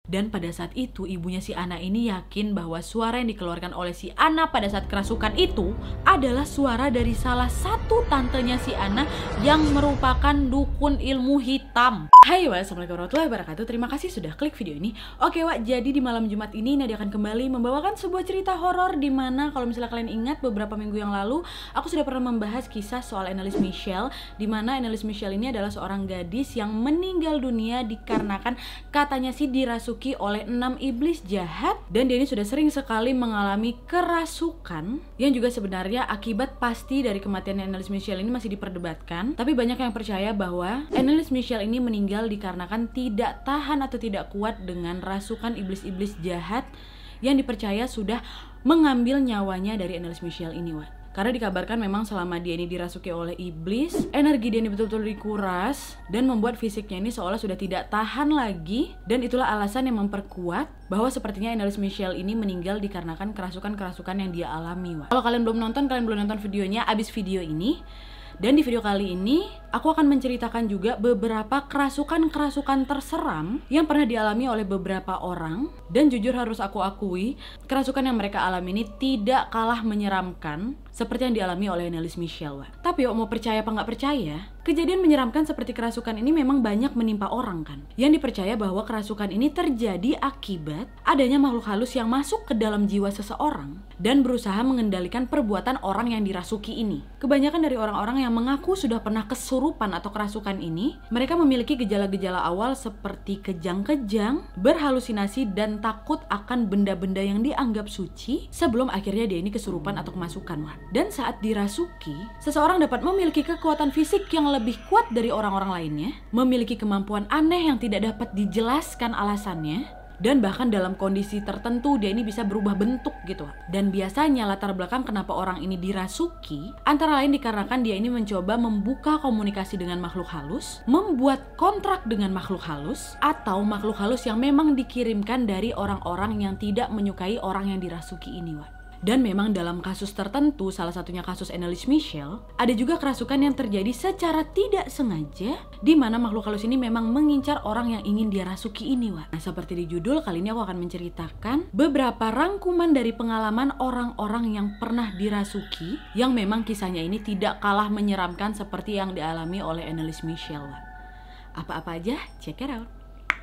Dan pada saat itu ibunya si Ana ini yakin bahwa suara yang dikeluarkan oleh si Ana pada saat kerasukan itu adalah suara dari salah satu tantenya si Ana yang merupakan dukun ilmu hitam. Hai Wak, assalamualaikum warahmatullahi wabarakatuh. Terima kasih sudah klik video ini. Oke Wak, jadi di malam Jumat ini Nadia akan kembali membawakan sebuah cerita horor, di mana kalau misalnya kalian ingat beberapa minggu yang lalu aku sudah pernah membahas kisah soal Anneliese Michel, di mana Anneliese Michel ini adalah seorang gadis yang meninggal dunia dikarenakan katanya sih dirasuki oleh 6 iblis jahat, dan dia ini sudah sering sekali mengalami kerasukan yang juga sebenarnya akibat pasti dari kematian Anneliese Michel ini masih diperdebatkan. Tapi banyak yang percaya bahwa Anneliese Michel ini meninggal dikarenakan tidak tahan atau tidak kuat dengan rasukan iblis-iblis jahat yang dipercaya sudah mengambil nyawanya dari Anneliese Michel ini, Wak. Karena dikabarkan memang selama dia ini dirasuki oleh iblis, energi dia ini betul-betul dikuras dan membuat fisiknya ini seolah sudah tidak tahan lagi. Dan itulah alasan yang memperkuat bahwa sepertinya Anneliese Michel ini meninggal dikarenakan kerasukan-kerasukan yang dia alami, Wak. Kalau kalian belum nonton videonya abis video ini. Dan di video kali ini aku akan menceritakan juga beberapa kerasukan-kerasukan terseram yang pernah dialami oleh beberapa orang. Dan jujur harus aku akui, kerasukan yang mereka alami ini tidak kalah menyeramkan seperti yang dialami oleh Anneliese Michel, Wak. Tapi mau percaya apa nggak percaya, kejadian menyeramkan seperti kerasukan ini memang banyak menimpa orang kan. Yang dipercaya bahwa kerasukan ini terjadi akibat adanya makhluk halus yang masuk ke dalam jiwa seseorang dan berusaha mengendalikan perbuatan orang yang dirasuki ini. Kebanyakan dari orang-orang yang mengaku sudah pernah kesurupan atau kerasukan ini, mereka memiliki gejala-gejala awal seperti kejang-kejang, berhalusinasi, dan takut akan benda-benda yang dianggap suci sebelum akhirnya dia ini kesurupan atau kemasukan, Wak. Dan saat dirasuki, seseorang dapat memiliki kekuatan fisik yang lebih kuat dari orang-orang lainnya, memiliki kemampuan aneh yang tidak dapat dijelaskan alasannya, dan bahkan dalam kondisi tertentu dia ini bisa berubah bentuk gitu. Dan biasanya latar belakang kenapa orang ini dirasuki antara lain dikarenakan dia ini mencoba membuka komunikasi dengan makhluk halus, membuat kontrak dengan makhluk halus, atau makhluk halus yang memang dikirimkan dari orang-orang yang tidak menyukai orang yang dirasuki ini, Wak. Dan memang dalam kasus tertentu, salah satunya kasus Anneliese Michel, ada juga kerasukan yang terjadi secara tidak sengaja, di mana makhluk halus ini memang mengincar orang yang ingin dia rasuki ini, Wak. Nah, seperti di judul, kali ini aku akan menceritakan beberapa rangkuman dari pengalaman orang-orang yang pernah dirasuki, yang memang kisahnya ini tidak kalah menyeramkan seperti yang dialami oleh Anneliese Michel, Wak. Apa-apa aja, check it out.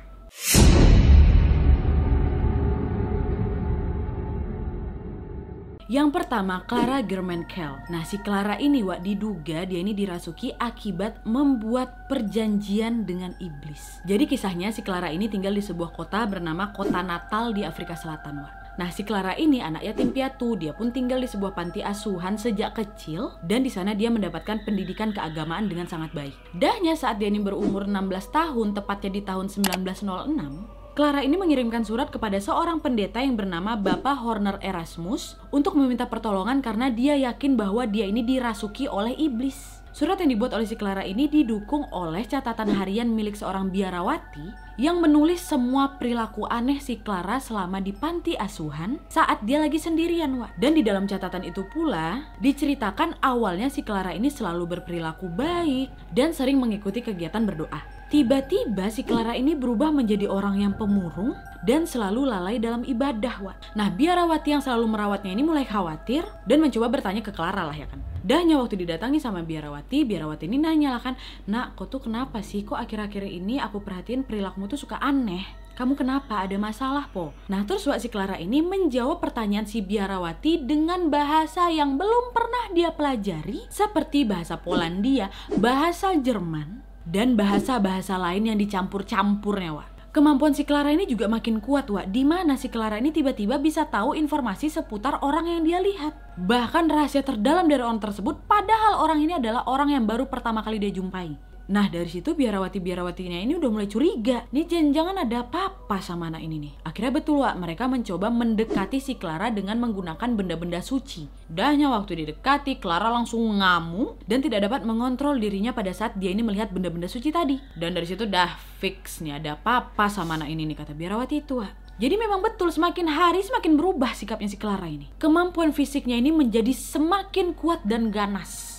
Yang pertama, Clara Germain-Kell. Nah, si Clara ini, Wak, diduga dia ini dirasuki akibat membuat perjanjian dengan iblis. Jadi kisahnya si Clara ini tinggal di sebuah kota bernama Kota Natal di Afrika Selatan, Wak. Nah, si Clara ini anak yatim piatu. Dia pun tinggal di sebuah panti asuhan sejak kecil, dan di sana dia mendapatkan pendidikan keagamaan dengan sangat baik. Dahnya saat dia ini berumur 16 tahun, tepatnya di tahun 1906, Clara ini mengirimkan surat kepada seorang pendeta yang bernama Bapak Horner Erasmus untuk meminta pertolongan karena dia yakin bahwa dia ini dirasuki oleh iblis. Surat yang dibuat oleh si Clara ini didukung oleh catatan harian milik seorang biarawati yang menulis semua perilaku aneh si Clara selama di panti asuhan saat dia lagi sendirian, Wak. Dan di dalam catatan itu pula diceritakan awalnya si Clara ini selalu berperilaku baik dan sering mengikuti kegiatan berdoa. Tiba-tiba si Clara ini berubah menjadi orang yang pemurung dan selalu lalai dalam ibadah, Wak. Nah, biarawati yang selalu merawatnya ini mulai khawatir dan mencoba bertanya ke Clara lah ya kan. Dahnya waktu didatangi sama biarawati ini nanya lah kan, "Nak, kok tuh kenapa sih? Kok akhir-akhir ini aku perhatiin perilakumu tuh suka aneh? Kamu kenapa? Ada masalah, po?" Nah, terus Wak, si Clara ini menjawab pertanyaan si biarawati dengan bahasa yang belum pernah dia pelajari, seperti bahasa Polandia, bahasa Jerman, dan bahasa-bahasa lain yang dicampur-campurnya, Wak. Kemampuan si Clara ini juga makin kuat, Wak, di mana si Clara ini tiba-tiba bisa tahu informasi seputar orang yang dia lihat. Bahkan rahasia terdalam dari orang tersebut, padahal orang ini adalah orang yang baru pertama kali dia jumpai. Nah, dari situ biarawati-biarawatinya ini udah mulai curiga. Nih jangan ada apa-apa sama anak ini nih. Akhirnya betul, Wak, mereka mencoba mendekati si Clara dengan menggunakan benda-benda suci. Dahnya waktu didekati, Clara langsung ngamuk dan tidak dapat mengontrol dirinya pada saat dia ini melihat benda-benda suci tadi. Dan dari situ dah fix nih ada apa-apa sama anak ini nih, kata biarawati itu, Wak. Jadi memang betul semakin hari semakin berubah sikapnya si Clara ini. Kemampuan fisiknya ini menjadi semakin kuat dan ganas.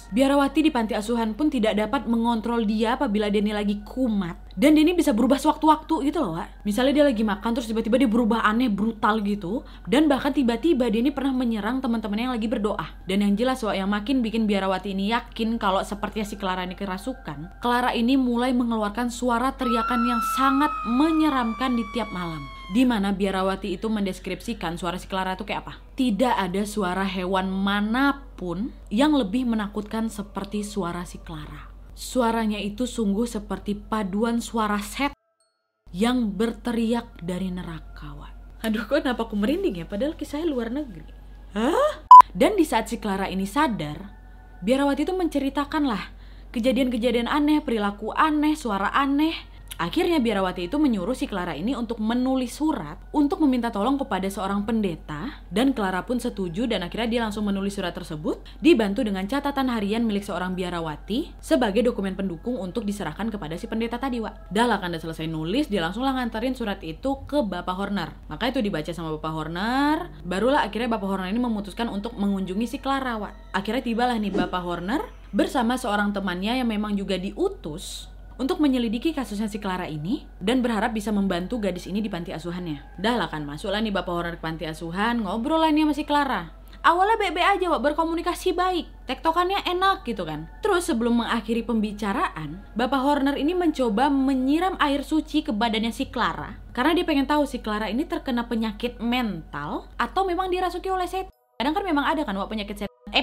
Biarawati di panti asuhan pun tidak dapat mengontrol dia apabila Denny lagi kumat. Dan Denny bisa berubah sewaktu-waktu gitu loh, Wak. Misalnya dia lagi makan terus tiba-tiba dia berubah aneh, brutal gitu. Dan bahkan tiba-tiba Denny pernah menyerang teman-temannya yang lagi berdoa. Dan yang jelas, Wak, yang makin bikin Biarawati ini yakin kalau sepertinya si Clara ini kerasukan. Clara ini mulai mengeluarkan suara teriakan yang sangat menyeramkan di tiap malam. Di mana Biarawati itu mendeskripsikan suara si Clara itu kayak apa. Tidak ada suara hewan manapun yang lebih menakutkan seperti suara si Clara. Suaranya itu sungguh seperti paduan suara set yang berteriak dari neraka, Wak. Aduh, kok kenapa aku merinding ya? Padahal kisahnya luar negeri. Hah? Dan di saat si Clara ini sadar, Biarawati itu menceritakan lah kejadian-kejadian aneh, perilaku aneh, suara aneh. Akhirnya Biarawati itu menyuruh si Clara ini untuk menulis surat untuk meminta tolong kepada seorang pendeta, dan Clara pun setuju dan akhirnya dia langsung menulis surat tersebut dibantu dengan catatan harian milik seorang Biarawati sebagai dokumen pendukung untuk diserahkan kepada si pendeta tadi, Wak. Dah lah kan udah selesai nulis, dia langsung lah nganterin surat itu ke Bapak Horner. Maka itu dibaca sama Bapak Horner, barulah akhirnya Bapak Horner ini memutuskan untuk mengunjungi si Clara, Wak. Akhirnya tibalah nih Bapak Horner bersama seorang temannya yang memang juga diutus untuk menyelidiki kasusnya si Clara ini dan berharap bisa membantu gadis ini di panti asuhannya. Dah lah kan masuklah nih Bapak Horner ke panti asuhan, ngobrol lah nih sama si Clara. Awalnya baik-baik aja, Wak, berkomunikasi baik, tektokannya enak gitu kan. Terus sebelum mengakhiri pembicaraan, Bapak Horner ini mencoba menyiram air suci ke badannya si Clara karena dia pengen tahu si Clara ini terkena penyakit mental atau memang dirasuki oleh setan. Kadang kan memang ada kan, Wak, penyakit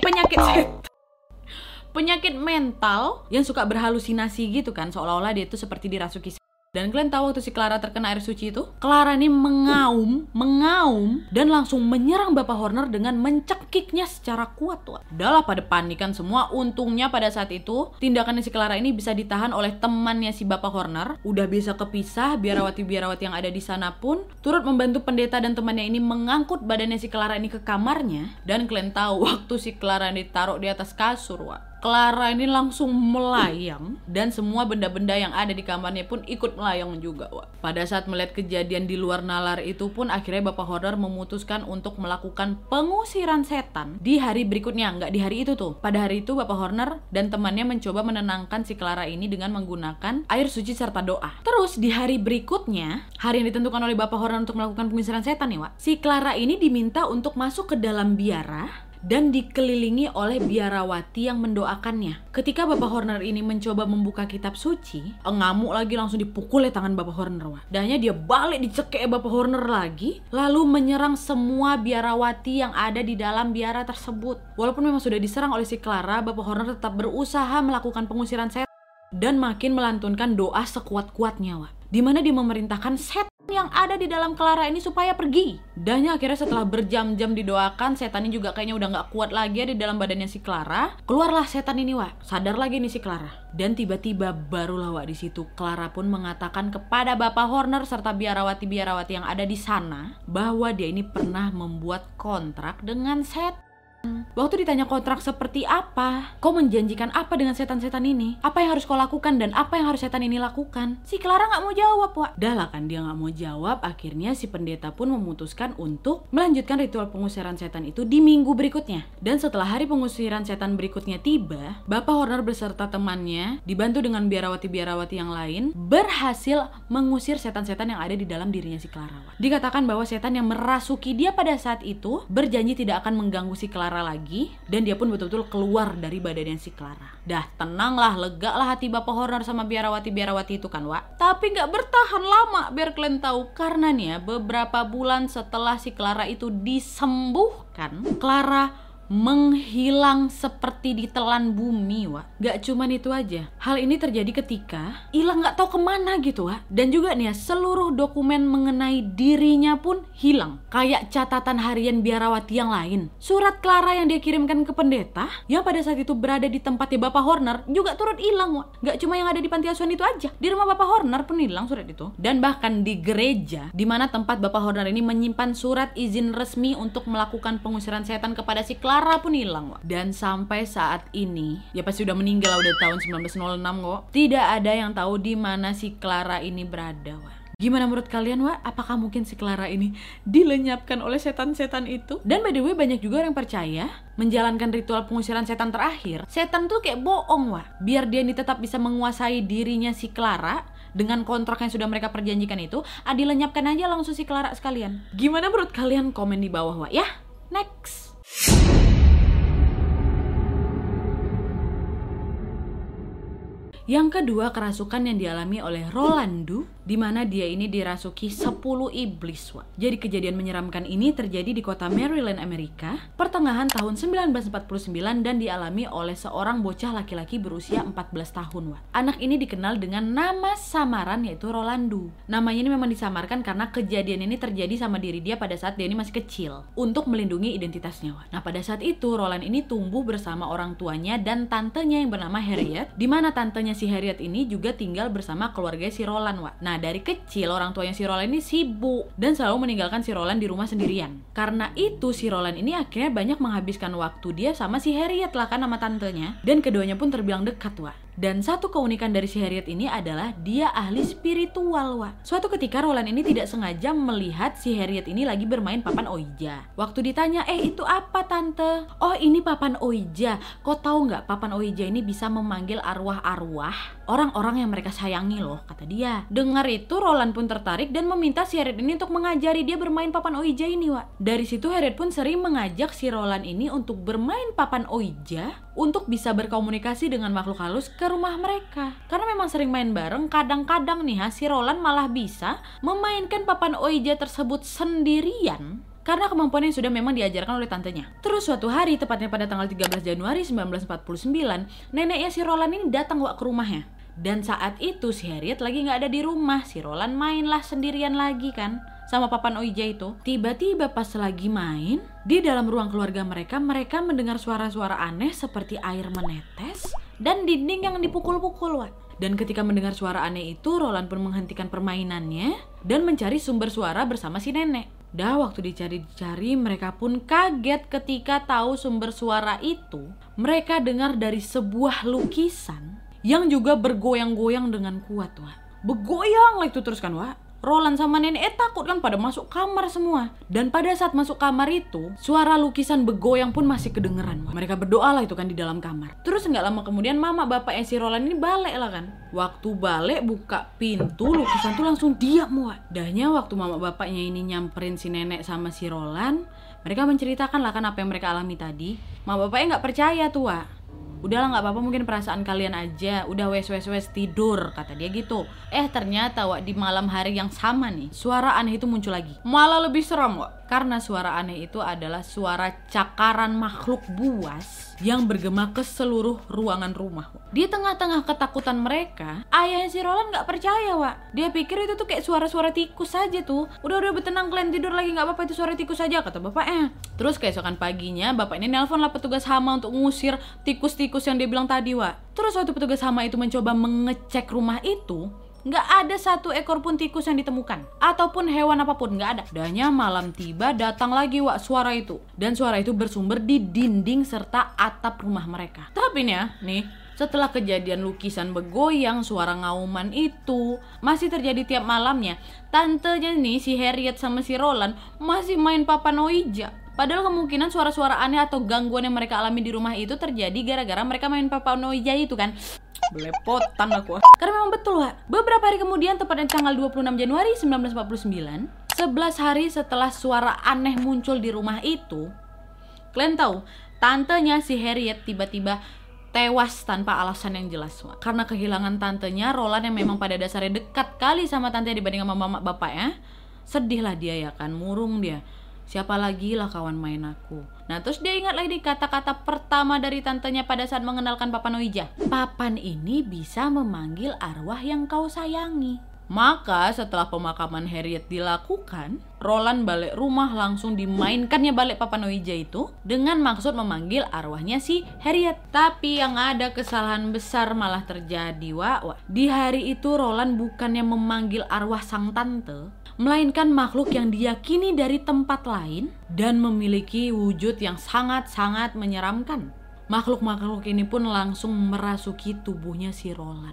mental yang suka berhalusinasi gitu kan, seolah-olah dia itu seperti dirasuki. Dan kalian tahu waktu si Clara terkena air suci itu, Clara ini mengaum dan langsung menyerang Bapak Horner dengan mencekiknya secara kuat, tuh. Udahlah pada panik kan semua. Untungnya pada saat itu tindakannya si Clara ini bisa ditahan oleh temannya si Bapak Horner. Udah bisa kepisah, Biarawati yang ada di sana pun turut membantu pendeta dan temannya ini mengangkut badannya si Clara ini ke kamarnya. Dan kalian tahu waktu si Clara ditaruh di atas kasur, Wak, Clara ini langsung melayang dan semua benda-benda yang ada di kamarnya pun ikut melayang juga, Wak. Pada saat melihat kejadian di luar nalar itu pun akhirnya Bapak Horner memutuskan untuk melakukan pengusiran setan di hari berikutnya. Nggak di hari itu tuh. Pada hari itu Bapak Horner dan temannya mencoba menenangkan si Clara ini dengan menggunakan air suci serta doa. Terus di hari berikutnya, hari yang ditentukan oleh Bapak Horner untuk melakukan pengusiran setan nih, Wak, si Clara ini diminta untuk masuk ke dalam biara dan dikelilingi oleh Biarawati yang mendoakannya. Ketika Bapak Horner ini mencoba membuka kitab suci, ngamuk lagi langsung dipukul tangan Bapak Horner, Wak. Dahnya dia balik dicekek Bapak Horner lagi, lalu menyerang semua Biarawati yang ada di dalam biara tersebut. Walaupun memang sudah diserang oleh si Clara, Bapak Horner tetap berusaha melakukan pengusiran setan dan makin melantunkan doa sekuat-kuatnya, Wak. Dimana dia memerintahkan setan yang ada di dalam Clara ini supaya pergi. Dahnya akhirnya setelah berjam-jam didoakan, setan ini juga kayaknya udah gak kuat lagi di dalam badannya si Clara. Keluarlah setan ini, Wak. Sadar lagi nih si Clara. Dan tiba-tiba barulah, Wak, di situ Clara pun mengatakan kepada Bapak Horner serta Biarawati yang ada di sana bahwa dia ini pernah membuat kontrak dengan setan. Waktu ditanya kontrak seperti apa, kau menjanjikan apa dengan setan-setan ini? Apa yang harus kau lakukan dan apa yang harus setan ini lakukan? Si Clara gak mau jawab, Wak. Dah lah kan dia gak mau jawab, akhirnya si pendeta pun memutuskan untuk melanjutkan ritual pengusiran setan itu di minggu berikutnya. Dan setelah hari pengusiran setan berikutnya tiba, Bapak Horner beserta temannya dibantu dengan Biarawati yang lain berhasil mengusir setan-setan yang ada di dalam dirinya si Clara, Wak. Dikatakan bahwa setan yang merasuki dia pada saat itu berjanji tidak akan mengganggu si Clara lagi, dan dia pun betul-betul keluar dari badannya si Clara. Dah tenanglah, lega lah hati Bapak Horner sama Biarawati itu kan, Wak. Tapi gak bertahan lama biar kalian tahu, karena nih ya beberapa bulan setelah si Clara itu disembuhkan, Clara menghilang seperti ditelan bumi, Wak. Gak cuman itu aja, hal ini terjadi ketika hilang gak tahu kemana gitu, Wak. Dan juga nih ya, seluruh dokumen mengenai dirinya pun hilang. Kayak catatan harian Biarawati yang lain, surat Clara yang dia kirimkan ke pendeta yang pada saat itu berada di tempatnya Bapak Horner juga turut hilang, Wak. Gak cuma yang ada di panti asuhan itu aja, di rumah Bapak Horner pun hilang surat itu. Dan bahkan di gereja dimana tempat Bapak Horner ini menyimpan surat izin resmi untuk melakukan pengusiran setan kepada si Clara pun hilang, Wak. Dan sampai saat ini, ya pasti udah meninggal udah tahun 1906 kok, tidak ada yang tahu di mana si Clara ini berada, Wak. Gimana menurut kalian, Wak? Apakah mungkin si Clara ini dilenyapkan oleh setan-setan itu? Dan by the way, banyak juga orang yang percaya menjalankan ritual pengusiran setan terakhir, setan tuh kayak bohong, Wak. Biar dia ini tetap bisa menguasai dirinya si Clara dengan kontrak yang sudah mereka perjanjikan itu, dilenyapkan aja langsung si Clara sekalian. Gimana menurut kalian? Komen di bawah, Wak, ya. Next. Yang kedua, kerasukan yang dialami oleh Rolando, di mana dia ini dirasuki 10 iblis, Wak. Jadi kejadian menyeramkan ini terjadi di kota Maryland, Amerika, pertengahan tahun 1949 dan dialami oleh seorang bocah laki-laki berusia 14 tahun, Wak. Anak ini dikenal dengan nama samaran yaitu Rolando. Namanya ini memang disamarkan karena kejadian ini terjadi sama diri dia pada saat dia ini masih kecil, untuk melindungi identitasnya, Wak. Nah, pada saat itu Roland ini tumbuh bersama orang tuanya dan tantenya yang bernama Harriet, di mana tantenya si Harriet ini juga tinggal bersama keluarga si Roland, Wak. Nah, dari kecil orang tuanya si Roland ini sibuk dan selalu meninggalkan si Roland di rumah sendirian. Karena itu si Roland ini akhirnya banyak menghabiskan waktu dia sama si Harriet lah kan, sama tantenya, dan keduanya pun terbilang dekat, Wak. Dan satu keunikan dari si Harriet ini adalah dia ahli spiritual, Wak. Suatu ketika Roland ini tidak sengaja melihat si Harriet ini lagi bermain papan Ouija. Waktu ditanya, itu apa tante? Oh, ini papan Ouija. Kok tahu nggak, papan Ouija ini bisa memanggil arwah-arwah orang-orang yang mereka sayangi loh, kata dia. Dengar itu Roland pun tertarik dan meminta si Harriet ini untuk mengajari dia bermain papan Ouija ini, Wak. Dari situ Harriet pun sering mengajak si Roland ini untuk bermain papan Ouija untuk bisa berkomunikasi dengan makhluk halus ke rumah mereka. Karena memang sering main bareng, kadang-kadang nih si Roland malah bisa memainkan papan Ouija tersebut sendirian karena kemampuan yang sudah memang diajarkan oleh tantenya. Terus suatu hari, tepatnya pada tanggal 13 Januari 1949, neneknya si Roland ini datang, Wak, ke rumahnya. Dan saat itu si Harriet lagi gak ada di rumah. Si Roland mainlah sendirian lagi kan sama papan Ouija itu. Tiba-tiba pas lagi main, di dalam ruang keluarga mereka mendengar suara-suara aneh seperti air menetes dan dinding yang dipukul-pukul, Wak. Dan ketika mendengar suara aneh itu, Roland pun menghentikan permainannya dan mencari sumber suara bersama si nenek. Dah waktu dicari-cari, mereka pun kaget ketika tahu sumber suara itu mereka dengar dari sebuah lukisan yang juga bergoyang-goyang dengan kuat, Wak. Bergoyang lah itu terus kan, Wak. Roland sama nenek takut kan, pada masuk kamar semua. Dan pada saat masuk kamar itu, suara lukisan bergoyang pun masih kedengeran, Wak. Mereka berdoa lah itu kan di dalam kamar. Terus nggak lama kemudian mama bapaknya si Roland ini balik lah kan. Waktu balik buka pintu, lukisan tuh langsung diam, Wak. Dahnya waktu mama bapaknya ini nyamperin si nenek sama si Roland, mereka menceritakan lah kan apa yang mereka alami tadi. Mama bapaknya nggak percaya tuh, Wak. Udahlah nggak apa-apa, mungkin perasaan kalian aja. Udah wes tidur, kata dia gitu. Ternyata, Wak, di malam hari yang sama nih, suara aneh itu muncul lagi. Malah lebih seram, Wak. Karena suara aneh itu adalah suara cakaran makhluk buas yang bergema ke seluruh ruangan rumah, Wak. Di tengah-tengah ketakutan mereka, ayahnya si Roland nggak percaya, Wak. Dia pikir itu tuh kayak suara-suara tikus saja tuh. Udah bertenang, kalian tidur lagi, nggak apa-apa, itu suara tikus saja, kata bapaknya. Terus keesokan paginya, bapak ini nelpon lah petugas hama untuk ngusir tikus-tikus yang dia bilang tadi, Wak. Terus waktu petugas hama itu mencoba mengecek rumah itu, nggak ada satu ekor pun tikus yang ditemukan, ataupun hewan apapun, nggak ada. Dahnya malam tiba, datang lagi, Wak, suara itu. Dan suara itu bersumber di dinding serta atap rumah mereka. Tapi nih, setelah kejadian lukisan bergoyang, suara ngauman itu masih terjadi tiap malamnya, tantenya nih, si Harriet sama si Roland masih main papan Ouija. Padahal kemungkinan suara-suara aneh atau gangguan yang mereka alami di rumah itu terjadi gara-gara mereka main papan Ouija itu kan. Belepotan aku. Karena memang betul, Wak. Beberapa hari kemudian, tepatnya tanggal 26 Januari 1949, 11 hari setelah suara aneh muncul di rumah itu, kalian tahu, tantenya si Harriet tiba-tiba tewas tanpa alasan yang jelas, Wak. Karena kehilangan tantenya, Roland yang memang pada dasarnya dekat kali sama tantenya dibanding sama mama bapaknya, sedihlah dia ya kan, murung dia. Siapa lagi lah kawan main aku. Nah, terus dia ingat lagi kata-kata pertama dari tantenya pada saat mengenalkan papan Ouija. Papan ini bisa memanggil arwah yang kau sayangi. Maka setelah pemakaman Harriet dilakukan, Roland balik rumah, langsung dimainkannya balik papan Ouija itu dengan maksud memanggil arwahnya si Harriet. Tapi yang ada kesalahan besar malah terjadi, Wak. Di hari itu Roland bukannya memanggil arwah sang tante, melainkan makhluk yang diyakini dari tempat lain dan memiliki wujud yang sangat-sangat menyeramkan. Makhluk-makhluk ini pun langsung merasuki tubuhnya si Roland, Wak.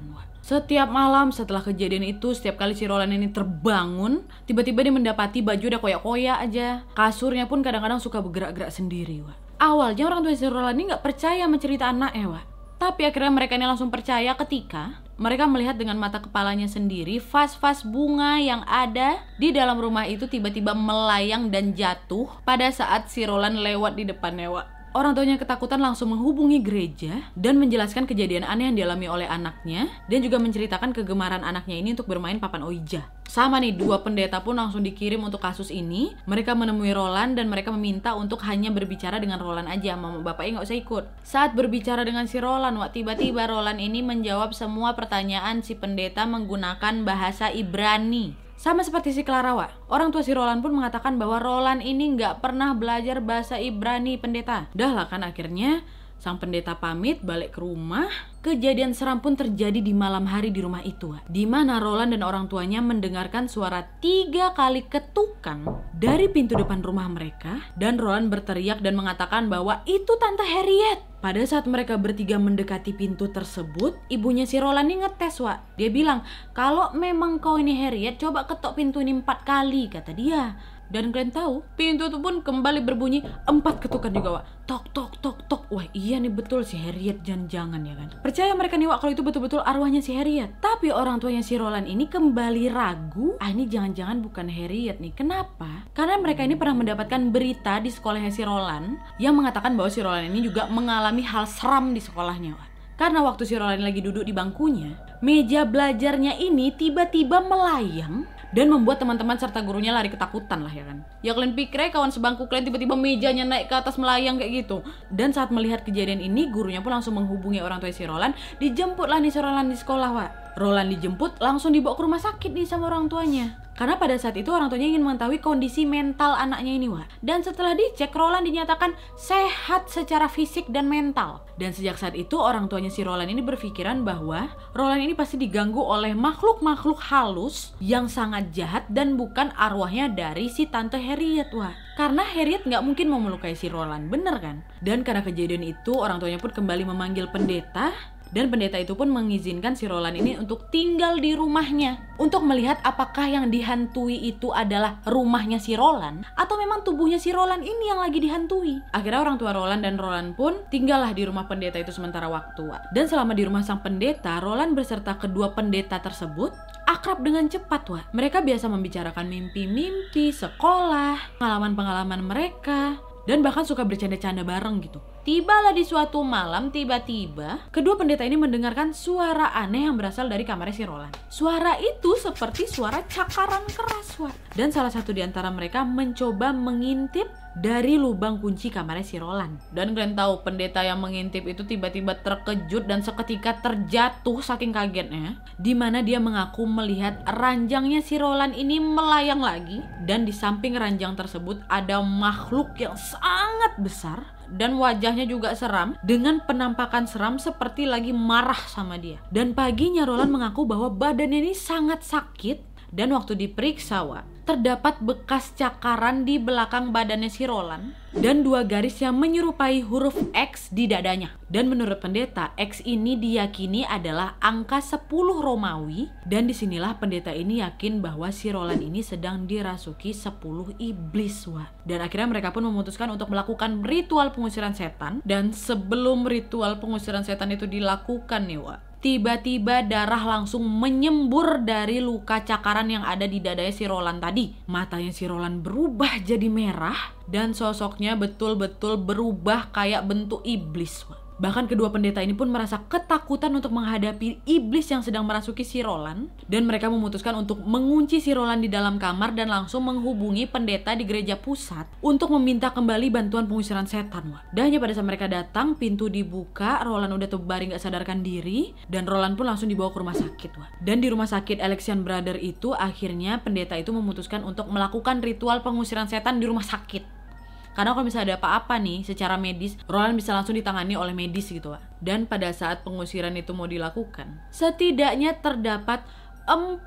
Setiap malam setelah kejadian itu, setiap kali si Roland ini terbangun, tiba-tiba dia mendapati baju udah koyak-koyak aja. Kasurnya pun kadang-kadang suka bergerak-gerak sendiri, Wak. Awalnya orang tua si Roland ini gak percaya sama cerita anaknya, Wak. Tapi akhirnya mereka ini langsung percaya ketika mereka melihat dengan mata kepalanya sendiri vas-vas bunga yang ada di dalam rumah itu tiba-tiba melayang dan jatuh pada saat si Roland lewat di depannya, Wak. Orang tuanya ketakutan langsung menghubungi gereja dan menjelaskan kejadian aneh yang dialami oleh anaknya dan juga menceritakan kegemaran anaknya ini untuk bermain papan Ouija. Sama nih, 2 pendeta pun langsung dikirim untuk kasus ini. Mereka menemui Roland dan mereka meminta untuk hanya berbicara dengan Roland aja, mama bapaknya nggak usah ikut. Saat berbicara dengan si Roland, Wak, tiba-tiba Roland ini menjawab semua pertanyaan si pendeta menggunakan bahasa Ibrani. Sama seperti si Clara, Wak. Orang tua si Roland pun mengatakan bahwa Roland ini nggak pernah belajar bahasa Ibrani, pendeta. Dah lah kan, akhirnya sang pendeta pamit balik ke rumah. Kejadian seram pun terjadi di malam hari di rumah itu, Wak. Di mana Roland dan orang tuanya mendengarkan suara 3 kali ketukan dari pintu depan rumah mereka. Dan Roland berteriak dan mengatakan bahwa itu Tante Harriet. Pada saat mereka bertiga mendekati pintu tersebut, ibunya si Roland ini ngetes, Wak. Dia bilang, kalau memang kau ini Harriet, coba ketok pintu ini 4 kali, kata dia. Dan kalian tahu, pintu itu pun kembali berbunyi 4 ketukan juga, Wak. Tok, tok, tok, tok. Wah iya nih, betul si Harriet, jangan-jangan ya kan. Percaya mereka nih, Wak, kalau itu betul-betul arwahnya si Harriet. Tapi orang tuanya si Roland ini kembali ragu, ini jangan-jangan bukan Harriet nih. Kenapa? Karena mereka ini pernah mendapatkan berita di sekolahnya si Roland yang mengatakan bahwa si Roland ini juga mengalami hal seram di sekolahnya, Wak. Karena waktu si Roland lagi duduk di bangkunya, meja belajarnya ini tiba-tiba melayang dan membuat teman-teman serta gurunya lari ketakutan lah ya kan. Ya kalian pikir kawan sebangku kalian tiba-tiba mejanya naik ke atas melayang kayak gitu. Dan saat melihat kejadian ini, gurunya pun langsung menghubungi orang tua si Roland. Dijemputlah nih si Roland di sekolah, Wak. Roland dijemput langsung dibawa ke rumah sakit nih sama orang tuanya. Karena pada saat itu orang tuanya ingin mengetahui kondisi mental anaknya ini, Wak. Dan setelah dicek, Roland dinyatakan sehat secara fisik dan mental. Dan sejak saat itu orang tuanya si Roland ini berpikiran bahwa Roland ini pasti diganggu oleh makhluk-makhluk halus yang sangat jahat dan bukan arwahnya dari si Tante Harriet, Wak. Karena Harriet nggak mungkin mau melukai si Roland, bener kan? Dan karena kejadian itu orang tuanya pun kembali memanggil pendeta. Dan pendeta itu pun mengizinkan si Roland ini untuk tinggal di rumahnya untuk melihat apakah yang dihantui itu adalah rumahnya si Roland atau memang tubuhnya si Roland ini yang lagi dihantui. Akhirnya orang tua Roland dan Roland pun tinggallah di rumah pendeta itu sementara waktu. Dan selama di rumah sang pendeta, Roland beserta kedua pendeta tersebut akrab dengan cepat, Wak. Mereka biasa membicarakan mimpi-mimpi, sekolah, pengalaman-pengalaman mereka, dan bahkan suka bercanda-canda bareng gitu. Tibalah di suatu malam, tiba-tiba kedua pendeta ini mendengarkan suara aneh yang berasal dari kamarnya si Roland. Suara itu seperti suara cakaran keras, Wak. Dan salah satu di antara mereka mencoba mengintip dari lubang kunci kamarnya si Roland. Dan kalian tahu, pendeta yang mengintip itu tiba-tiba terkejut dan seketika terjatuh saking kagetnya, di mana dia mengaku melihat ranjangnya si Roland ini melayang lagi. Dan di samping ranjang tersebut ada makhluk yang sangat besar dan wajahnya juga seram dengan penampakan seram seperti lagi marah sama dia. Dan paginya Roland mengaku bahwa badannya ini sangat sakit dan waktu diperiksa, Wak, terdapat bekas cakaran di belakang badannya si Roland dan 2 garis yang menyerupai huruf X di dadanya. Dan menurut pendeta, X ini diyakini adalah angka 10 Romawi. Dan disinilah pendeta ini yakin bahwa si Roland ini sedang dirasuki 10 iblis, Wak. Dan akhirnya mereka pun memutuskan untuk melakukan ritual pengusiran setan. Dan sebelum ritual pengusiran setan itu dilakukan nih, Wak, tiba-tiba darah langsung menyembur dari luka cakaran yang ada di dadanya si Roland tadi. Matanya si Roland berubah jadi merah dan sosoknya betul-betul berubah kayak bentuk iblis, Wak. Bahkan kedua pendeta ini pun merasa ketakutan untuk menghadapi iblis yang sedang merasuki si Roland. Dan mereka memutuskan untuk mengunci si Roland di dalam kamar dan langsung menghubungi pendeta di gereja pusat untuk meminta kembali bantuan pengusiran setan, Wak. Dan hanya pada saat mereka datang, pintu dibuka, Roland udah terbaring gak sadarkan diri, dan Roland pun langsung dibawa ke rumah sakit, Wak. Dan di rumah sakit Alexian Brother itu akhirnya pendeta itu memutuskan untuk melakukan ritual pengusiran setan di rumah sakit. Karena kalau misalnya ada apa-apa nih secara medis, Roland bisa langsung ditangani oleh medis gitu, Wak. Dan pada saat pengusiran itu mau dilakukan, setidaknya terdapat 40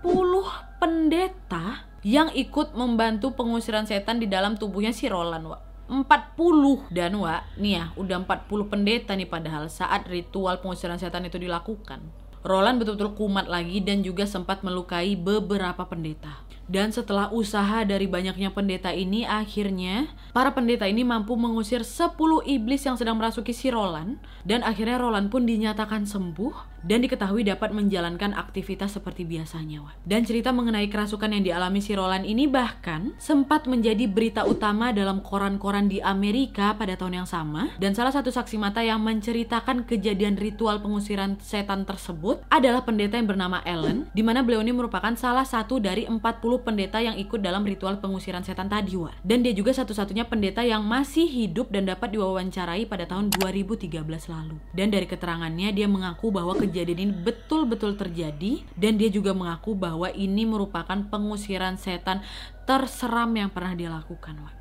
pendeta yang ikut membantu pengusiran setan di dalam tubuhnya si Roland, Wak. 40. Dan, Wak, nih ya, udah 40 pendeta nih padahal saat ritual pengusiran setan itu dilakukan. Roland betul-betul kumat lagi dan juga sempat melukai beberapa pendeta. Dan setelah usaha dari banyaknya pendeta ini, akhirnya para pendeta ini mampu mengusir 10 iblis yang sedang merasuki si Roland. Dan akhirnya Roland pun dinyatakan sembuh dan diketahui dapat menjalankan aktivitas seperti biasanya. Dan cerita mengenai kerasukan yang dialami si Roland ini bahkan sempat menjadi berita utama dalam koran-koran di Amerika pada tahun yang sama. Dan salah satu saksi mata yang menceritakan kejadian ritual pengusiran setan tersebut adalah pendeta yang bernama Allen, di mana beliau ini merupakan salah satu dari 40 pendeta yang ikut dalam ritual pengusiran setan tadi, Wak. Dan dia juga satu-satunya pendeta yang masih hidup dan dapat diwawancarai pada tahun 2013 lalu. Dan dari keterangannya dia mengaku bahwa kejadian ini betul-betul terjadi, dan dia juga mengaku bahwa ini merupakan pengusiran setan terseram yang pernah dia lakukan, Wak.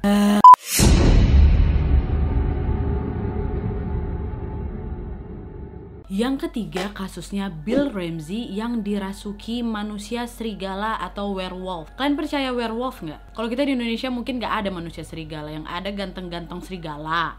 Yang ketiga, kasusnya Bill Ramsey yang dirasuki manusia serigala atau werewolf. Kalian percaya werewolf nggak? Kalau kita di Indonesia mungkin nggak ada manusia serigala, yang ada ganteng-ganteng serigala.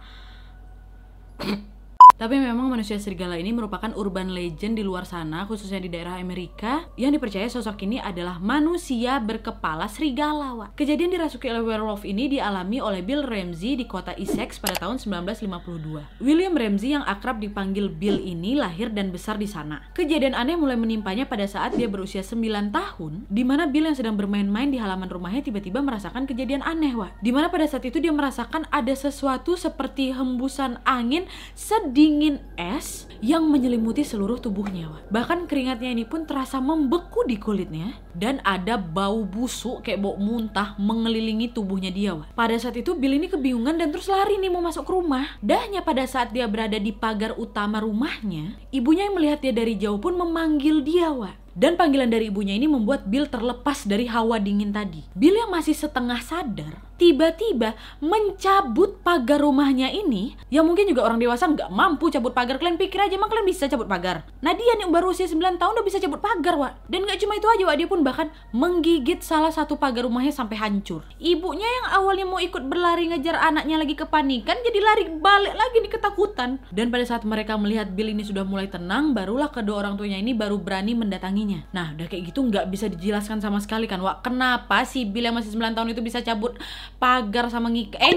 Tapi memang manusia serigala ini merupakan urban legend di luar sana, khususnya di daerah Amerika, yang dipercaya sosok ini adalah manusia berkepala serigala, Wak. Kejadian dirasuki oleh werewolf ini dialami oleh Bill Ramsey di kota Essex pada tahun 1952. William Ramsey yang akrab dipanggil Bill ini lahir dan besar di sana. Kejadian aneh mulai menimpanya pada saat dia berusia 9 tahun, di mana Bill yang sedang bermain-main di halaman rumahnya tiba-tiba merasakan kejadian aneh, Wak. Di mana pada saat itu dia merasakan ada sesuatu seperti hembusan angin sedingin es yang menyelimuti seluruh tubuhnya, Wak. Bahkan keringatnya ini pun terasa membeku di kulitnya, dan ada bau busuk kayak bau muntah mengelilingi tubuhnya dia, Wak. Pada saat itu Bill ini kebingungan dan terus lari nih mau masuk ke rumah. Dahnya pada saat dia berada di pagar utama rumahnya, ibunya yang melihat dia dari jauh pun memanggil dia, Wak. Dan panggilan dari ibunya ini membuat Bill terlepas dari hawa dingin tadi. Bill yang masih setengah sadar tiba-tiba mencabut pagar rumahnya ini, yang mungkin juga orang dewasa nggak mampu cabut pagar. Kalian pikir aja, emang kalian bisa cabut pagar? Nah dia nih baru usia 9 tahun udah bisa cabut pagar, Wak. Dan nggak cuma itu aja, Wak, dia pun bahkan menggigit salah satu pagar rumahnya sampai hancur. Ibunya yang awalnya mau ikut berlari ngejar anaknya lagi kepanikan, jadi lari balik lagi di ketakutan. Dan pada saat mereka melihat Bill ini sudah mulai tenang, barulah kedua orang tuanya ini baru berani mendatanginya. Nah udah kayak gitu nggak bisa dijelaskan sama sekali kan, Wak, kenapa si Bill yang masih 9 tahun itu bisa cabut pagar sama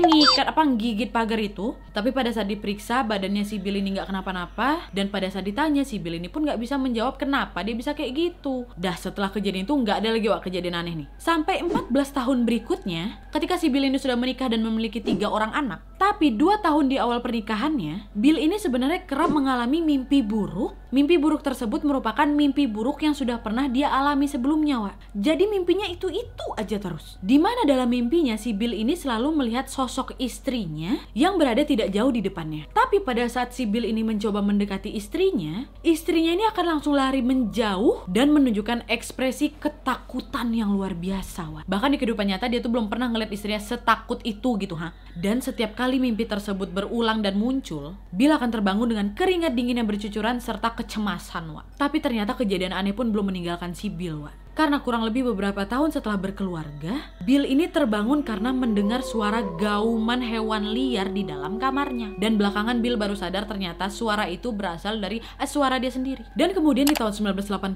gigit pagar itu. Tapi pada saat diperiksa badannya si Bill ini nggak kenapa-napa, dan pada saat ditanya si Bill ini pun nggak bisa menjawab kenapa dia bisa kayak gitu. Dah setelah kejadian itu nggak ada lagi, Wak, kejadian aneh nih. Sampai 14 tahun berikutnya, ketika si Bill ini sudah menikah dan memiliki 3 orang anak, tapi 2 tahun di awal pernikahannya, Bill ini sebenarnya kerap mengalami mimpi buruk. Mimpi buruk tersebut merupakan mimpi buruk yang sudah pernah dia alami sebelumnya, Wak. Jadi mimpinya itu aja terus. Dimana dalam mimpinya si Bill ini selalu melihat sosok istrinya yang berada tidak jauh di depannya. Tapi pada saat si Bill ini mencoba mendekati istrinya ini akan langsung lari menjauh dan menunjukkan ekspresi ketakutan yang luar biasa, Wak. Bahkan di kehidupan nyata dia tuh belum pernah ngeliat istrinya setakut itu gitu, ha. Dan setiap kali mimpi tersebut berulang dan muncul, Bill akan terbangun dengan keringat dingin yang bercucuran serta kecemasan, Wak. Tapi ternyata kejadian aneh pun belum meninggalkan si Bill, Wak. Karena kurang lebih beberapa tahun setelah berkeluarga, Bill ini terbangun karena mendengar suara gauman hewan liar di dalam kamarnya. Dan belakangan Bill baru sadar ternyata suara itu berasal dari suara dia sendiri. Dan kemudian di tahun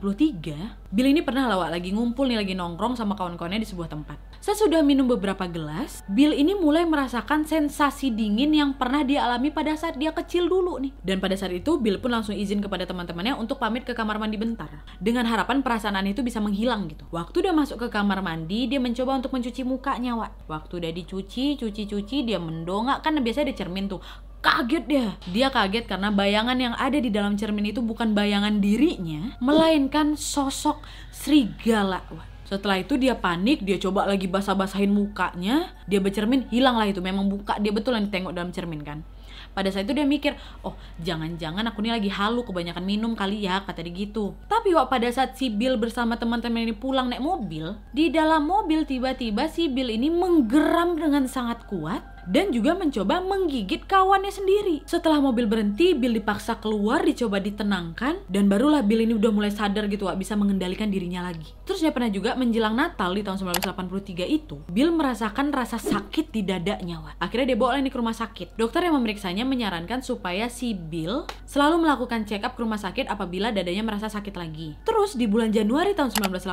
1983, Bill ini pernah lagi ngumpul nih, lagi nongkrong sama kawan-kawannya di sebuah tempat. Sesudah minum beberapa gelas, Bill ini mulai merasakan sensasi dingin yang pernah dia alami pada saat dia kecil dulu nih. Dan pada saat itu Bill pun langsung izin kepada teman-temannya untuk pamit ke kamar mandi bentar, dengan harapan perasaan aneh itu bisa menghilang gitu. Waktu udah masuk ke kamar mandi, dia mencoba untuk mencuci mukanya, Wak. Waktu udah dicuci, dia mendongak, kan biasanya ada cermin tuh. Kaget dia kaget karena bayangan yang ada di dalam cermin itu bukan bayangan dirinya, melainkan sosok serigala, Wak. Setelah itu dia panik, dia coba lagi basah-basahin mukanya, dia bercermin, hilanglah itu, memang buka dia betul yang ditengok dalam cermin kan. Pada saat itu dia mikir, oh jangan-jangan aku ini lagi halu, kebanyakan minum kali ya, kata dia gitu. Tapi Wak, pada saat si Bill bersama teman-teman ini pulang naik mobil, di dalam mobil tiba-tiba si Bill ini menggeram dengan sangat kuat. dan juga mencoba menggigit kawannya sendiri. Setelah mobil berhenti, Bill dipaksa keluar, dicoba ditenangkan, dan barulah Bill ini udah mulai sadar gitu, Wak, bisa mengendalikan dirinya lagi. Terus dia pernah juga menjelang Natal di tahun 1983 itu, Bill merasakan rasa sakit di dadanya, Wak. Akhirnya dia bawa ini ke rumah sakit. Dokter yang memeriksanya menyarankan supaya si Bill selalu melakukan check up ke rumah sakit apabila dadanya merasa sakit lagi. Terus di bulan Januari tahun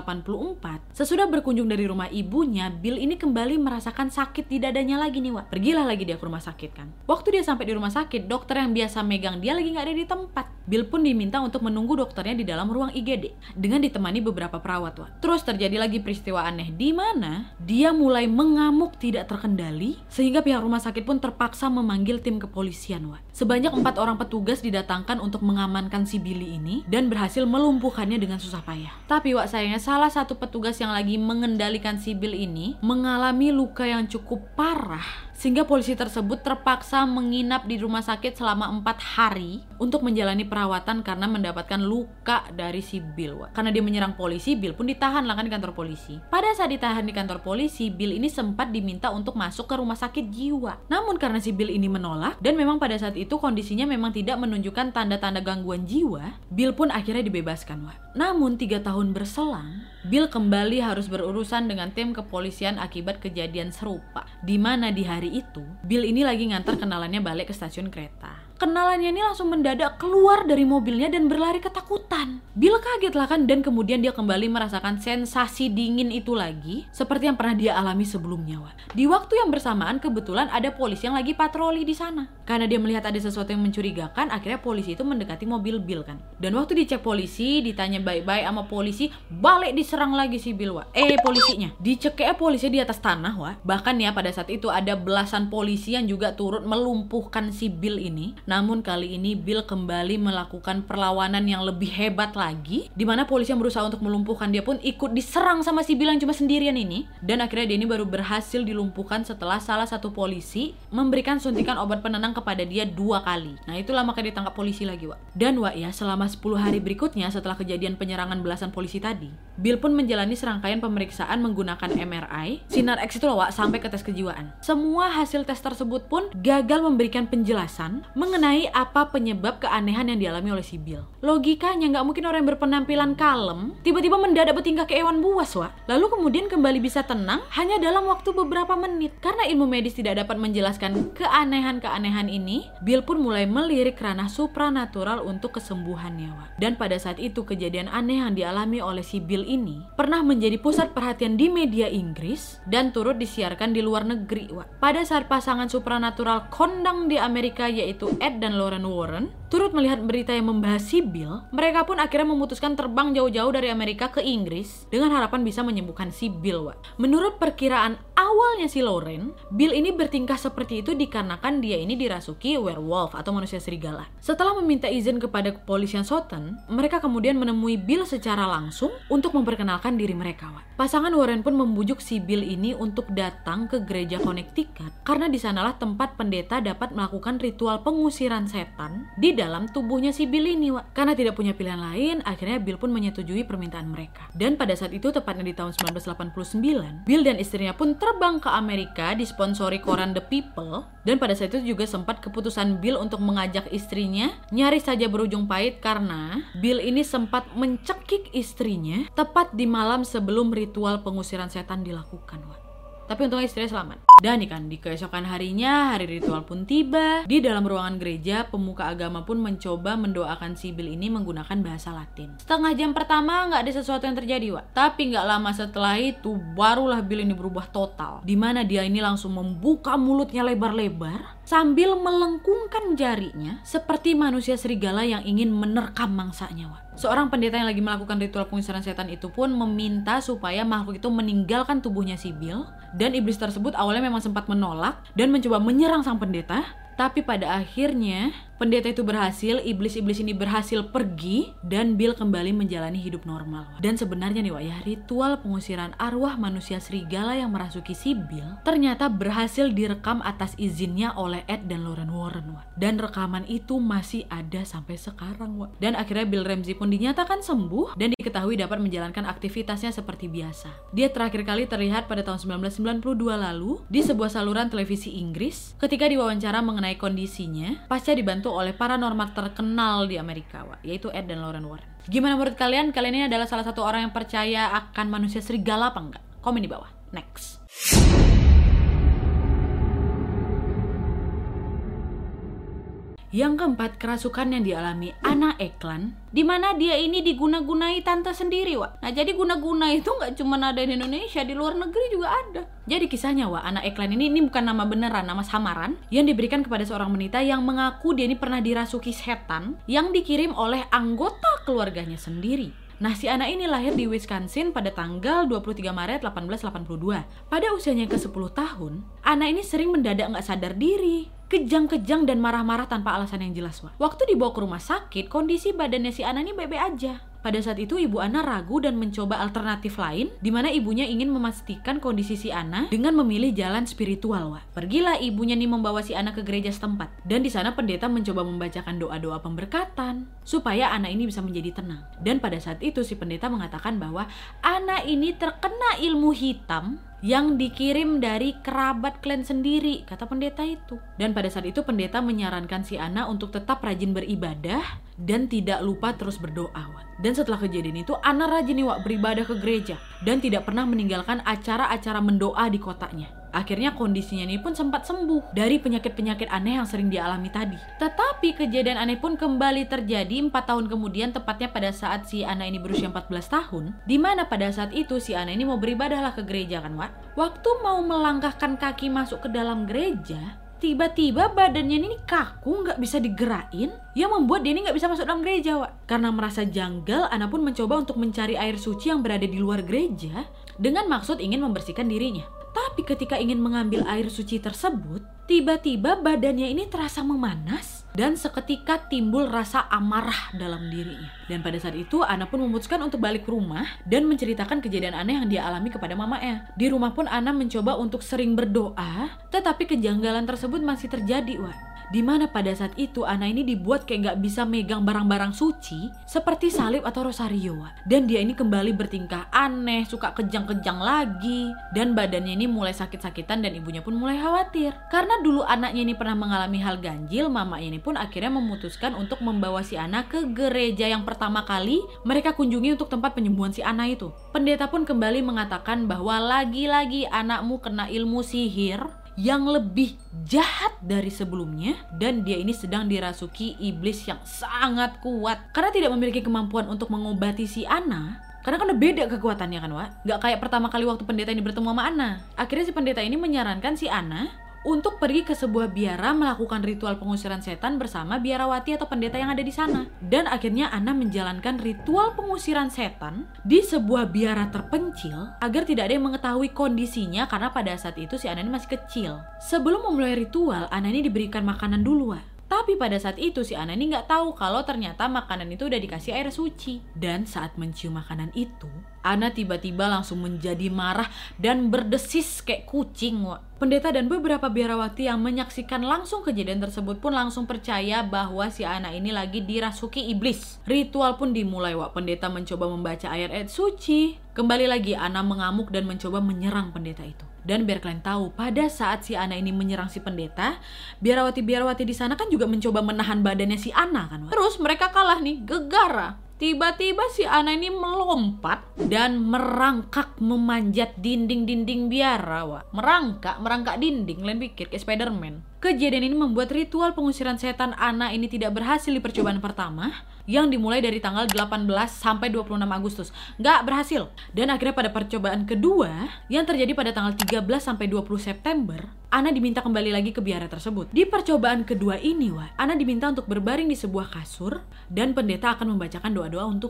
1984, sesudah berkunjung dari rumah ibunya, Bill ini kembali merasakan sakit di dadanya lagi nih, Wak. Pergilah lagi dia ke rumah sakit kan. Waktu dia sampai di rumah sakit, dokter yang biasa megang dia lagi nggak ada di tempat. Bill pun diminta untuk menunggu dokternya di dalam ruang IGD dengan ditemani beberapa perawat, Wak. Terus terjadi lagi peristiwa aneh di mana dia mulai mengamuk tidak terkendali sehingga pihak rumah sakit pun terpaksa memanggil tim kepolisian, Wak. Sebanyak 4 orang petugas didatangkan untuk mengamankan si Billy ini dan berhasil melumpuhkannya dengan susah payah. Tapi, Wak, sayangnya salah satu petugas yang lagi mengendalikan si Bill ini mengalami luka yang cukup parah sehingga polisi tersebut terpaksa menginap di rumah sakit selama 4 hari untuk menjalani perawatan karena mendapatkan luka dari si Bill, Wak. Karena dia menyerang polisi, Bill pun ditahan lah kan di kantor polisi. Pada saat ditahan di kantor polisi, Bill ini sempat diminta untuk masuk ke rumah sakit jiwa. Namun karena si Bill ini menolak dan memang pada saat itu kondisinya memang tidak menunjukkan tanda-tanda gangguan jiwa, Bill pun akhirnya dibebaskan, Wak. Namun 3 tahun berselang, Bill kembali harus berurusan dengan tim kepolisian akibat kejadian serupa, di mana di hari itu Bill ini lagi ngantar kenalannya balik ke stasiun kereta. Kenalannya ini langsung mendadak keluar dari mobilnya dan berlari ketakutan. Bill kaget lah kan, dan kemudian dia kembali merasakan sensasi dingin itu lagi seperti yang pernah dia alami sebelumnya, Wak. Di waktu yang bersamaan kebetulan ada polisi yang lagi patroli di sana. Karena dia melihat ada sesuatu yang mencurigakan, akhirnya polisi itu mendekati mobil Bill kan. Dan waktu dicek polisi, ditanya baik-baik sama polisi, balik diserang lagi si Bill, Wak. Polisinya diceknya polisi di atas tanah, Wak. Bahkan ya pada saat itu ada belasan polisi yang juga turut melumpuhkan si Bill ini. Namun kali ini Bill kembali melakukan perlawanan yang lebih hebat lagi, di mana polisi yang berusaha untuk melumpuhkan dia pun ikut diserang sama si Bill yang cuma sendirian ini. Dan akhirnya dia ini baru berhasil dilumpuhkan setelah salah satu polisi memberikan suntikan obat penenang kepada dia 2 kali. Nah itulah maka ditangkap polisi lagi, Wak. Dan, Wak, ya selama 10 hari berikutnya setelah kejadian penyerangan belasan polisi tadi, Bill pun menjalani serangkaian pemeriksaan menggunakan MRI, sinar X itu loh, Wak, sampai ke tes kejiwaan. Semua hasil tes tersebut pun gagal memberikan penjelasan mengenai apa penyebab keanehan yang dialami oleh si Bill. Logikanya nggak mungkin orang yang berpenampilan kalem tiba-tiba mendadak bertingkah ke hewan buas, Wak. Lalu kemudian kembali bisa tenang hanya dalam waktu beberapa menit. Karena ilmu medis tidak dapat menjelaskan keanehan-keanehan ini, Bill pun mulai melirik ranah supranatural untuk kesembuhannya, Wak. Dan pada saat itu kejadian aneh yang dialami oleh si Bill ini pernah menjadi pusat perhatian di media Inggris dan turut disiarkan di luar negeri, Wak. Pada saat pasangan supranatural kondang di Amerika yaitu Ed dan Lorraine Warren turut melihat berita yang membahas si Bill, mereka pun akhirnya memutuskan terbang jauh-jauh dari Amerika ke Inggris dengan harapan bisa menyembuhkan si Bill, Wak. Menurut perkiraan awalnya si Lorraine, Bill ini bertingkah seperti itu dikarenakan dia ini dirasuki werewolf atau manusia serigala. Setelah meminta izin kepada kepolisian Southern, mereka kemudian menemui Bill secara langsung untuk memperkenalkan diri mereka, Wak. Pasangan Warren pun membujuk si Bill ini untuk datang ke gereja Connecticut karena di sanalah tempat pendeta dapat melakukan ritual pengusiran setan di dalam tubuhnya si Bill ini, Wak. Karena tidak punya pilihan lain, akhirnya Bill pun menyetujui permintaan mereka. Dan pada saat itu, tepatnya di tahun 1989, Bill dan istrinya pun terbang ke Amerika disponsori koran The People. Dan pada saat itu juga sempat keputusan Bill untuk mengajak istrinya nyaris saja berujung pahit karena Bill ini sempat mencekik istrinya tepat di malam sebelum ritual pengusiran setan dilakukan, Wak. Tapi untungnya istrinya selamat. Dan nih kan, di keesokan harinya, hari ritual pun tiba. Di dalam ruangan gereja, pemuka agama pun mencoba mendoakan si Bill ini menggunakan bahasa Latin. Setengah jam pertama nggak ada sesuatu yang terjadi, Wak. Tapi nggak lama setelah itu, barulah Bill ini berubah total. Dimana dia ini langsung membuka mulutnya lebar-lebar sambil melengkungkan jarinya seperti manusia serigala yang ingin menerkam mangsanya, Wak. Seorang pendeta yang lagi melakukan ritual pengusiran setan itu pun meminta supaya makhluk itu meninggalkan tubuhnya si Bill. Dan iblis tersebut awalnya memang sempat menolak dan mencoba menyerang sang pendeta. Tapi pada akhirnya Pendeta itu berhasil, iblis-iblis ini berhasil pergi, dan Bill kembali menjalani hidup normal. Dan sebenarnya nih Wak ya, ritual pengusiran arwah manusia serigala yang merasuki si Bill ternyata berhasil direkam atas izinnya oleh Ed dan Lorraine Warren, Wak. Dan rekaman itu masih ada sampai sekarang, Wak. Dan akhirnya Bill Ramsey pun dinyatakan sembuh dan diketahui dapat menjalankan aktivitasnya seperti biasa. Dia terakhir kali terlihat pada tahun 1992 lalu di sebuah saluran televisi Inggris ketika diwawancara mengenai kondisinya pasca dibantu oleh paranormal terkenal di Amerika, Wak, yaitu Ed dan Lorraine Warren. Gimana menurut kalian? Kalian ini adalah salah satu orang yang percaya akan manusia serigala apa enggak? Komen di bawah. Next. Yang keempat, kerasukan yang dialami Anna Eklund, di mana dia ini diguna-gunai tante sendiri, Wak. Nah, jadi guna-guna itu nggak cuma ada di Indonesia, di luar negeri juga ada. Jadi kisahnya, Wak, Anna Eklund ini bukan nama beneran, nama samaran yang diberikan kepada seorang wanita yang mengaku dia ini pernah dirasuki setan yang dikirim oleh anggota keluarganya sendiri. Nah, si Anna ini lahir di Wisconsin pada tanggal 23 Maret 1882. Pada usianya ke-10 tahun, Anna ini sering mendadak nggak sadar diri, kejang-kejang dan marah-marah tanpa alasan yang jelas, Wak. Waktu dibawa ke rumah sakit, kondisi badannya si Anna ini baik-baik aja. Pada saat itu ibu Anna ragu dan mencoba alternatif lain, di mana ibunya ingin memastikan kondisi si Anna dengan memilih jalan spiritual, Wak. Pergilah ibunya nih membawa si Anna ke gereja setempat, dan di sana pendeta mencoba membacakan doa-doa pemberkatan supaya Anna ini bisa menjadi tenang. Dan pada saat itu si pendeta mengatakan bahwa Anna ini terkena ilmu hitam yang dikirim dari kerabat klan sendiri, kata pendeta itu. Dan pada saat itu pendeta menyarankan si Anna untuk tetap rajin beribadah dan tidak lupa terus berdoa, Wak. Dan setelah kejadian itu Anna rajin nih, Wak, beribadah ke gereja dan tidak pernah meninggalkan acara-acara mendoa di kotanya. Akhirnya kondisinya ini pun sempat sembuh dari penyakit-penyakit aneh yang sering dialami tadi. Tetapi kejadian aneh pun kembali terjadi 4 tahun kemudian, tepatnya pada saat si Anna ini berusia 14 tahun, di mana pada saat itu si Anna ini mau beribadahlah ke gereja kan, Wak. Waktu mau melangkahkan kaki masuk ke dalam gereja, tiba-tiba badannya ini kaku, nggak bisa digerakin, yang membuat dia ini nggak bisa masuk dalam gereja, Wak. Karena merasa janggal, Anna pun mencoba untuk mencari air suci yang berada di luar gereja dengan maksud ingin membersihkan dirinya. Tapi ketika ingin mengambil air suci tersebut, tiba-tiba badannya ini terasa memanas dan seketika timbul rasa amarah dalam dirinya. Dan pada saat itu Anna pun memutuskan untuk balik ke rumah dan menceritakan kejadian aneh yang dia alami kepada mamanya. Di rumah pun Anna mencoba untuk sering berdoa, tetapi kejanggalan tersebut masih terjadi, Wak. Dimana pada saat itu Anna ini dibuat kayak gak bisa megang barang-barang suci seperti salib atau rosario, Wak. Dan dia ini kembali bertingkah aneh, suka kejang-kejang lagi, dan badannya ini mulai sakit-sakitan dan ibunya pun mulai khawatir. Karena dulu anaknya ini pernah mengalami hal ganjil, mamanya ini pun akhirnya memutuskan untuk membawa si Anna ke gereja yang pertama kali mereka kunjungi untuk tempat penyembuhan si Anna itu. Pendeta pun kembali mengatakan bahwa lagi-lagi anakmu kena ilmu sihir yang lebih jahat dari sebelumnya, dan dia ini sedang dirasuki iblis yang sangat kuat. Karena tidak memiliki kemampuan untuk mengobati si Anna, karena kan udah beda kekuatannya kan, Wak. Gak kayak pertama kali waktu pendeta ini bertemu sama Anna. Akhirnya si pendeta ini menyarankan si Anna untuk pergi ke sebuah biara melakukan ritual pengusiran setan bersama biarawati atau pendeta yang ada di sana. Dan akhirnya Anna menjalankan ritual pengusiran setan di sebuah biara terpencil agar tidak ada yang mengetahui kondisinya, karena pada saat itu si Anna ini masih kecil. Sebelum memulai ritual, Anna ini diberikan makanan dulu, Wak. Tapi pada saat itu si Anna ini nggak tahu kalau ternyata makanan itu udah dikasih air suci. Dan saat mencium makanan itu, Anna tiba-tiba langsung menjadi marah dan berdesis kayak kucing, Wak. Pendeta dan beberapa biarawati yang menyaksikan langsung kejadian tersebut pun langsung percaya bahwa si Anna ini lagi dirasuki iblis. Ritual pun dimulai, Wak. Pendeta mencoba membaca ayat-ayat suci. Kembali lagi Anna mengamuk dan mencoba menyerang pendeta itu. Dan biar kalian tahu, pada saat si Anna ini menyerang si pendeta, biarawati-biarawati di sana kan juga mencoba menahan badannya si Anna kan, Wak. Terus mereka kalah nih, gegara. Tiba-tiba si Anna ini melompat dan merangkak memanjat dinding-dinding biara, Wak. Merangkak dinding, kalian pikir kayak Spiderman. Kejadian ini membuat ritual pengusiran setan Anna ini tidak berhasil di percobaan pertama yang dimulai dari tanggal 18 sampai 26 Agustus. Nggak berhasil. Dan akhirnya pada percobaan kedua yang terjadi pada tanggal 13 sampai 20 September, Anna diminta kembali lagi ke biara tersebut. Di percobaan kedua ini, Wak, Anna diminta untuk berbaring di sebuah kasur dan pendeta akan membacakan doa-doa untuknya.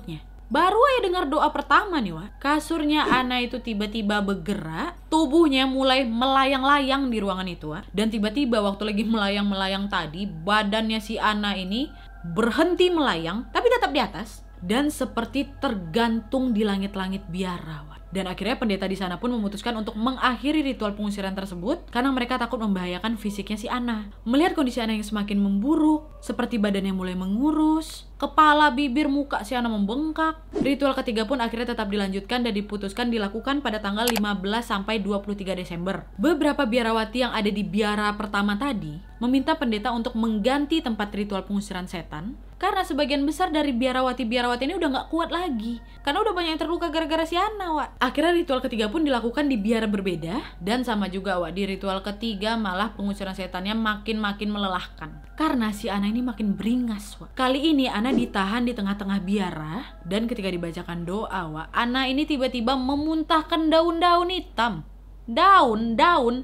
Baru aja dengar doa pertama nih, Wak, kasurnya Ana itu tiba-tiba bergerak, tubuhnya mulai melayang-layang di ruangan itu, Wak. Dan tiba-tiba waktu lagi melayang-melayang tadi, badannya si Ana ini berhenti melayang, tapi tetap di atas dan seperti tergantung di langit-langit biara, Wak. Dan akhirnya pendeta di sana pun memutuskan untuk mengakhiri ritual pengusiran tersebut karena mereka takut membahayakan fisiknya si Ana. Melihat kondisi Ana yang semakin memburuk, seperti badannya mulai mengurus, kepala, bibir, muka si Ana membengkak. Ritual ketiga pun akhirnya tetap dilanjutkan dan diputuskan dilakukan pada tanggal 15 sampai 23 Desember. Beberapa biarawati yang ada di biara pertama tadi meminta pendeta untuk mengganti tempat ritual pengusiran setan karena sebagian besar dari biarawati-biarawati ini udah gak kuat lagi karena udah banyak yang terluka gara-gara si Ana, Wak. Akhirnya ritual ketiga pun dilakukan di biara berbeda dan sama juga, Wak, di ritual ketiga malah pengusiran setannya makin melelahkan karena si Ana ini makin beringas, Wak. Kali ini Ana ditahan di tengah-tengah biara dan ketika dibacakan doa, Wak, Ana ini tiba-tiba memuntahkan daun-daun hitam. Daun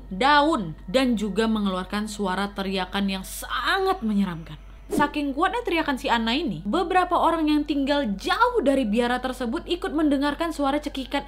dan juga mengeluarkan suara teriakan yang sangat menyeramkan. Saking kuatnya teriakan si Ana ini, beberapa orang yang tinggal jauh dari biara tersebut ikut mendengarkan suara cekikikan,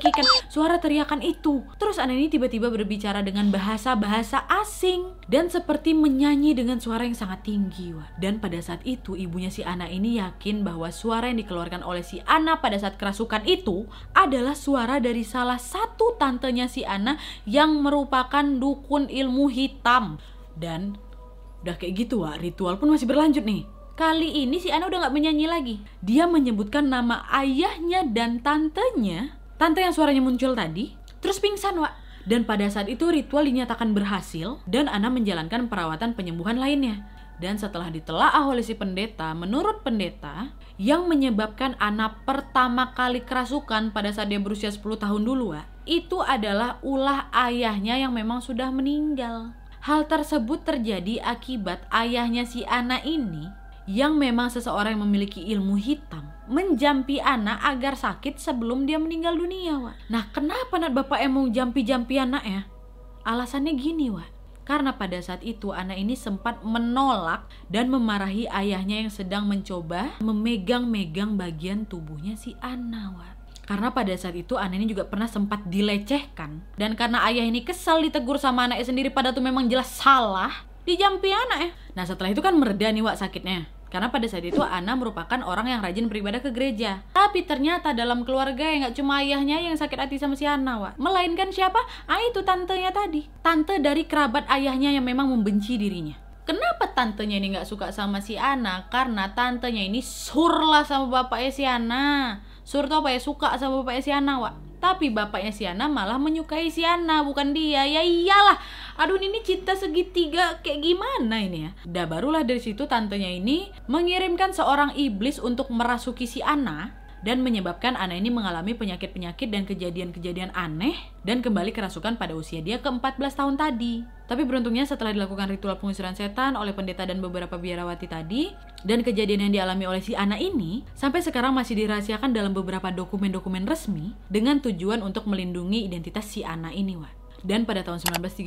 suara teriakan itu. Terus Ana ini tiba-tiba berbicara dengan bahasa-bahasa asing dan seperti menyanyi dengan suara yang sangat tinggi, Wak. Dan pada saat itu ibunya si Ana ini yakin bahwa suara yang dikeluarkan oleh si Ana pada saat kerasukan itu adalah suara dari salah satu tantenya si Ana yang merupakan dukun ilmu hitam. Dan udah kayak gitu, Wak, ritual pun masih berlanjut nih. Kali ini si Ana udah gak menyanyi lagi. Dia menyebutkan nama ayahnya dan tantenya, tante yang suaranya muncul tadi, terus pingsan, Wak. Dan pada saat itu ritual dinyatakan berhasil dan Ana menjalankan perawatan penyembuhan lainnya. Dan setelah ditelaah oleh si pendeta, menurut pendeta, yang menyebabkan Ana pertama kali kerasukan pada saat dia berusia 10 tahun dulu, Wak, itu adalah ulah ayahnya yang memang sudah meninggal. Hal tersebut terjadi akibat ayahnya si Ana ini yang memang seseorang yang memiliki ilmu hitam menjampi Ana agar sakit sebelum dia meninggal dunia, Wak. Nah, kenapa bapak mau jampi-jampi anak ya? Alasannya gini, Wak. Karena pada saat itu Ana ini sempat menolak dan memarahi ayahnya yang sedang mencoba memegang-megang bagian tubuhnya si Ana, Wak. Karena pada saat itu Ana ini juga pernah sempat dilecehkan. Dan karena ayah ini kesal ditegur sama anaknya sendiri pada tuh memang jelas salah, dijampi anak ya. Nah setelah itu kan mereda nih, Wak, sakitnya. Karena pada saat itu Ana merupakan orang yang rajin beribadah ke gereja. Tapi ternyata dalam keluarga yang gak cuma ayahnya yang sakit hati sama si Ana, Wak, melainkan siapa? Itu tantenya tadi. Tante dari kerabat ayahnya yang memang membenci dirinya. Kenapa tantenya ini gak suka sama si Ana? Karena tantenya ini sur lah sama bapaknya si Ana. Sur tuh apa ya, suka sama bapaknya si Ana, Wak. Tapi bapaknya si Ana malah menyukai si Ana, bukan dia. Ya iyalah, aduh ini cinta segitiga kayak gimana ini ya. Dah barulah dari situ tantenya ini mengirimkan seorang iblis untuk merasuki si Ana dan menyebabkan Ana ini mengalami penyakit-penyakit dan kejadian-kejadian aneh dan kembali kerasukan pada usia dia ke-14 tahun tadi. Tapi beruntungnya setelah dilakukan ritual pengusiran setan oleh pendeta dan beberapa biarawati tadi, dan kejadian yang dialami oleh si Ana ini sampai sekarang masih dirahasiakan dalam beberapa dokumen-dokumen resmi dengan tujuan untuk melindungi identitas si Ana ini, Wak. Dan pada tahun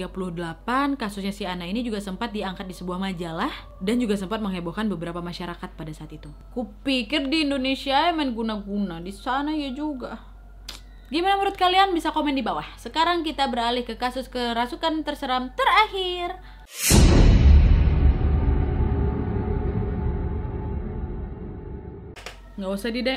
1938 kasusnya si Ana ini juga sempat diangkat di sebuah majalah dan juga sempat menghebohkan beberapa masyarakat pada saat itu. Kupikir di Indonesia main guna-guna, di sana ya juga. Gimana menurut kalian? Bisa komen di bawah. Sekarang kita beralih ke kasus kerasukan terseram terakhir. Nggak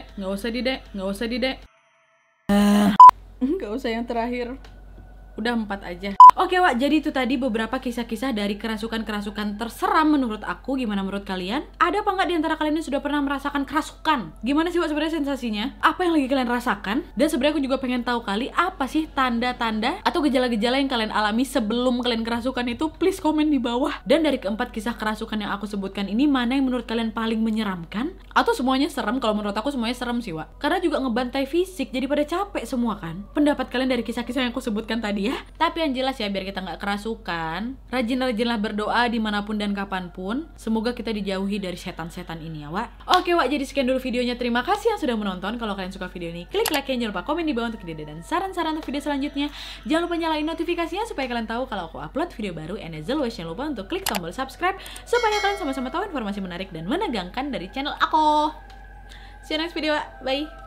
usah yang terakhir. Udah 4 aja. Oke, Wak, jadi itu tadi beberapa kisah-kisah dari kerasukan-kerasukan terseram menurut aku. Gimana menurut kalian? Ada apa nggak di antara kalian yang sudah pernah merasakan kerasukan? Gimana sih, Wak, sebenarnya sensasinya? Apa yang lagi kalian rasakan? Dan sebenarnya aku juga pengen tahu kali apa sih tanda-tanda atau gejala-gejala yang kalian alami sebelum kalian kerasukan itu. Please komen di bawah. Dan dari keempat kisah kerasukan yang aku sebutkan ini, mana yang menurut kalian paling menyeramkan? Atau semuanya serem? Kalau menurut aku semuanya serem sih, Wak. Karena juga ngebantai fisik, jadi pada capek semua kan. Pendapat kalian dari kisah-kisah yang aku sebutkan tadi ya. Tapi yang jelas ya, biar kita nggak kerasukan, rajin-rajinlah berdoa dimanapun dan kapanpun. Semoga kita dijauhi dari setan-setan ini ya, Wak. Oke, Wak, jadi sekian dulu videonya. Terima kasih yang sudah menonton. Kalau kalian suka video ini, klik like-nya, jangan lupa komen di bawah untuk ide dan saran-saran untuk video selanjutnya. Jangan lupa nyalain notifikasinya supaya kalian tahu kalau aku upload video baru. And as always, jangan lupa untuk klik tombol subscribe supaya kalian sama-sama tahu informasi menarik dan menegangkan dari channel aku. See you next video. Bye.